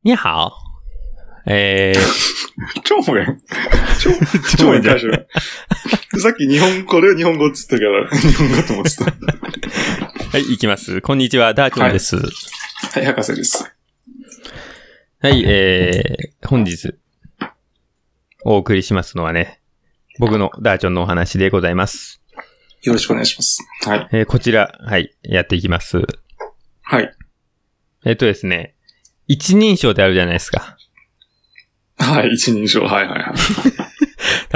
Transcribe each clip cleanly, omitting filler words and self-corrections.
你好。 超やん。超やん、最初。さっき日本語で日本語っつったから、日本語と思ってた。 はい、行きます。こんにちは、ダーチョンです。 はい、博士です。 はい、本日、お送りしますのはね、僕のダーチョンのお話でございます。 よろしくお願いします。はい。 こちら、はい、やっていきます。 はい。 ですね、一人称ってあるじゃないですか。 はい、一人称、はいはいはい。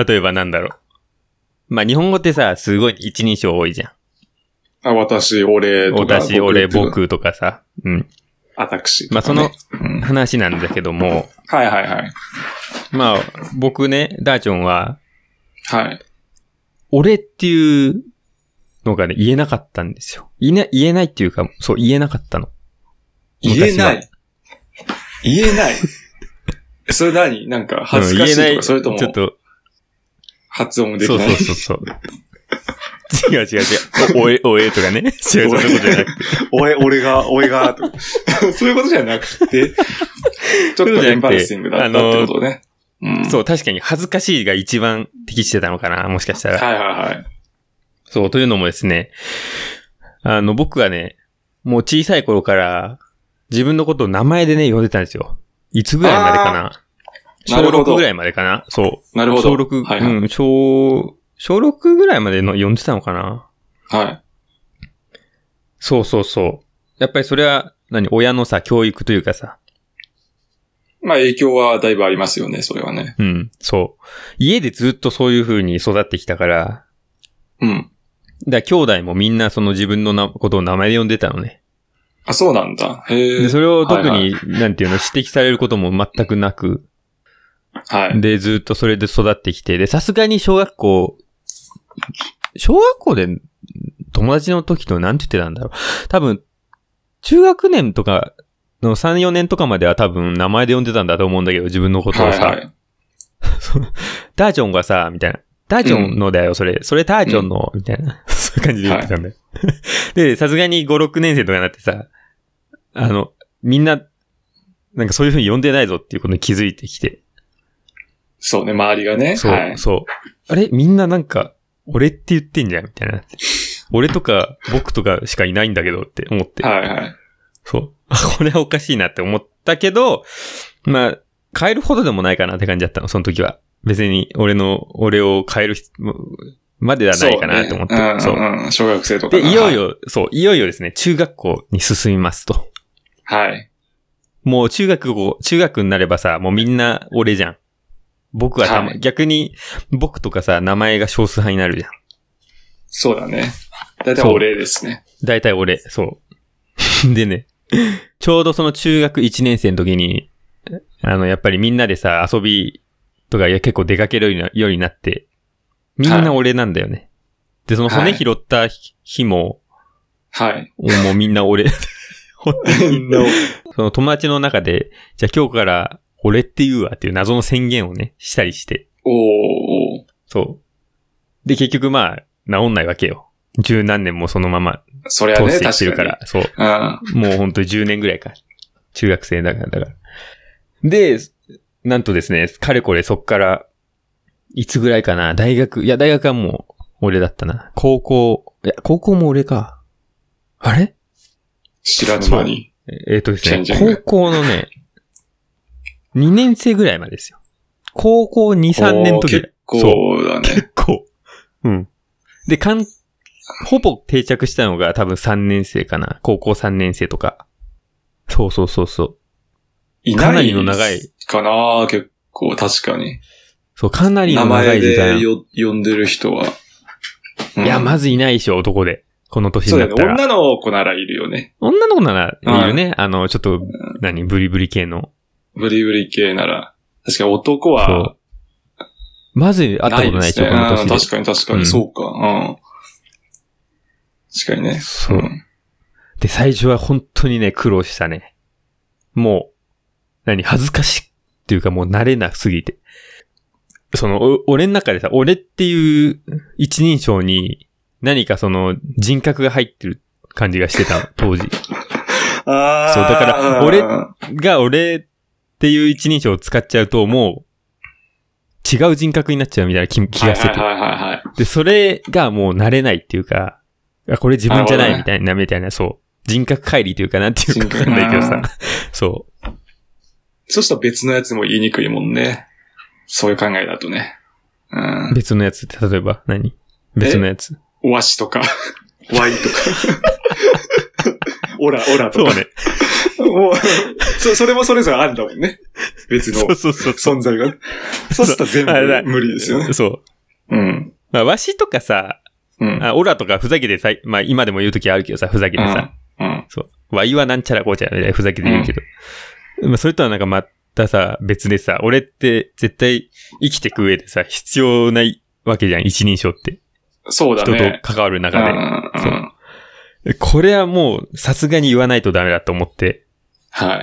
例えばなんだろう。まあ、日本語ってさ、すごい一人称多いじゃん。 あ、私、俺とか。 私、俺、僕とかさ。うん。 私、ね。 まあ、その話なんだけども。 はいはいはい。 まあ、僕ね、ダーチョンは、 はい。 俺っていうのがね、言えなかったんですよ。言えないっていうか、そう、言えなかったの。 言えないそれ何なんか恥ずかしいとか、それとも、 ちょっと、 発音できない。 そう。違う。おえとかね。違う、そういうことじゃなくて。 俺が、とか。そういうことじゃなくて、ちょっとエンバラッシングだったってことね。 そう、確かに恥ずかしいが一番適してたのかな、もしかしたら。 はい。 そう、というのもですね、僕はね、もう小さい頃から自分のことを名前でね、呼んでたんですよ。いつぐらいまでかな。小6ぐらいまでかな。そう。 なるほど。 小6、 はいはい、 小6ぐらいまでの呼んでたのかな。 はい。 そう。やっぱりそれは、親のさ、教育というかさ。 まあ影響はだいぶありますよね、それはね。 うん、そう。家でずっとそういう風に育ってきたから。 うん。 兄弟もみんなその自分のことを名前で呼んでたのね。 あ、そうなんだ。へえ。 で、それを特に、なんていうの、指摘されることも全くなく。 はい。 で、ずっとそれで育ってきて、で、さすがに小学校で友達の時となんて言ってたんだろう。多分、中学年とかの3、4年とかまでは多分名前で呼んでたんだと思うんだけど、自分のことをさ。はい。ダーチョンがさ、みたいな。ダーチョンのだよ、それダーチョンの、みたいな。そういう感じで言ってたんだよ。で、さすがに5、6年生とかになってさ、みんな、なんかそういう風に呼んでないぞっていうことに気づいてきて。 そうね、周りがね。 そう。あれみんななんか、俺って言ってんじゃんみたいな。俺とか僕とかしかいないんだけどって思って。 はい。 そう。これはおかしいなって思ったけど、まあ、変えるほどでもないかなって感じだったの、その時は。別に俺を変えるまではないかなと思って。 そう。小学生とか。 で、いよいよですね、中学校に進みますと。 はい。 もう中学になればさ、もうみんな俺じゃん。僕は逆に僕とかさ、名前が少数派になるじゃん。 そうだね。だいたい俺ですね。 だいたい俺、そう。でね、ちょうどその中学1年生の時に、やっぱりみんなでさ、遊びとか結構出かけるようになって、みんな俺なんだよね。はい、で、その骨拾った日も、 はい。 もうみんな俺。みんなその友達の中で、じゃあ今日から俺って言うわっていう謎の宣言をね、したりして。 おー。 そう。で、結局まあ、治んないわけよ。十何年もそのまま、 それはね、 通してきてるから。そう。もうほんと10年ぐらいか。中学生だから。で、なんとですね、かれこれそっから、いつぐらいかな、大学はもう俺だったな。高校も俺か。あれ知らぬ間に。 ですね、高校のね、2年生ぐらいまでですよ。高校2、3年の時。 結構だね。 結構。うん。で、ほぼ定着したのが多分3年生かな。高校3年生とか。そう。 いないかなりの長い。 かな結構、確かに。 そう、かなりの長い時間。 名前で呼んでる人は。 いや、まずいないでしょ、男で。この年になったら。 そうだね。女の子ならいるよね。 女の子ならいるね。ちょっと、ブリブリ系の。 ブリブリ系なら。確かに男は。 まず会ったことないでしょ、この年で。 確かに、そうか。確かにね。 そう。で、最初は本当にね、苦労したね。もう、恥ずかしいっていうかもう慣れなすぎて。俺の中でさ、俺っていう一人称に何かその人格が入ってる感じがしてた、当時。そう、だから、俺が俺っっていう一人称を使っちゃうと、もう、違う人格になっちゃうみたいな気がしてて。 はいはいはいはい。 で、それがもう慣れないっていうか、これ自分じゃないみたいな、そう。人格乖離というかなんていうかわかんないけどさ。そう。 そうしたら別のやつも言いにくいもんね。そういう考えだとね。うん、 別のやつって例えば何？別のやつ。 わしとか、わいとか。オラとか。 そうね。 もう、それもそれぞれあるんだもんね。別の存在が。そうしたら全部無理ですよね。 そう。 うん。 まあ、わしとかさ、うん、オラとかふざけてさ、まあ今でも言うときあるけどさ、ふざけてさ。 うん。 そう。わいはなんちゃらこうちゃらみたいなふざけて言うけど。まあそれとはなんかまたさ、別でさ、俺って絶対生きてく上でさ、必要ないわけじゃん、一人称って。 そうだね。 人と関わる中で。そう。これはもう、さすがに言わないとダメだと思って。 はい。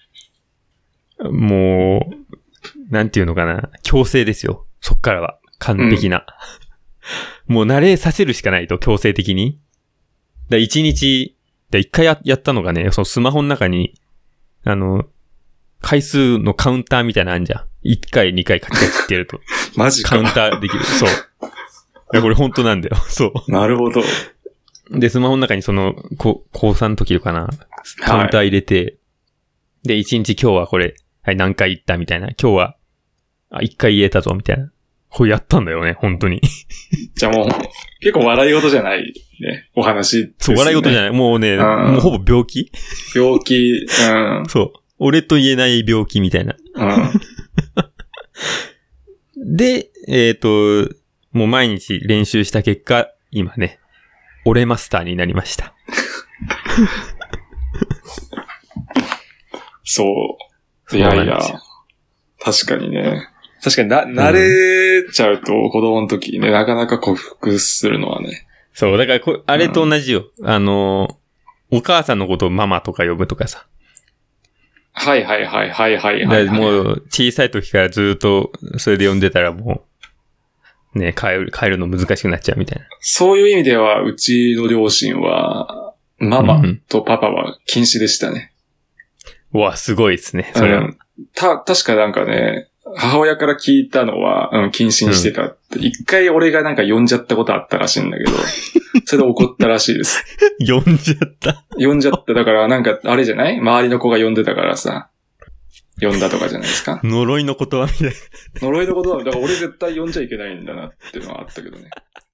もう、なんていうのかな。強制ですよ。そっからは。完璧な。もう慣れさせるしかないと、強制的に。一回やったのがね、そのスマホの中に、回数のカウンターみたいなのあんじゃん。1回、2回カチカチってやると。 マジか。 カウンターできる。そう。いや、これ本当なんだよ。そう。 なるほど。 で、スマホの中に高3の時かな。カウンター入れて、はい、で、1日今日はこれ、はい、何回言ったみたいな。今日は、1回言えたぞ、みたいな。これやったんだよね、本当に。 じゃあもう、結構笑い事じゃないね。お話ですね。 そう、笑い事じゃない。もうね、もうほぼ病気病気、うん。 そう。俺と言えない病気みたいな。うん、で、もう毎日練習した結果、今ね、俺マスターになりました。 そう。いやいや、確かにね。確かに慣れちゃうと、子供の時ね、なかなか克服するのはね。 そう、だからあれと同じよ。お母さんのことをママとか呼ぶとかさ。 はいはいはいはいはいはい。もう、小さい時からずっと、それで呼んでたらもう、ね、帰るの難しくなっちゃうみたいな。 そういう意味では、うちの両親は、ママとパパは禁止でしたね。 うわ、すごいですね。それは。 確かなんかね、母親から聞いたのは、禁止にしてたって。一回俺がなんか呼んじゃったことあったらしいんだけど、それで怒ったらしいです。 呼んじゃった呼んじゃった。だからなんか、あれじゃない？周りの子が呼んでたからさ、呼んだとかじゃないですか。 呪いの言葉みたいな。 呪いの言葉だから俺絶対呼んじゃいけないんだなっていうのはあったけどね。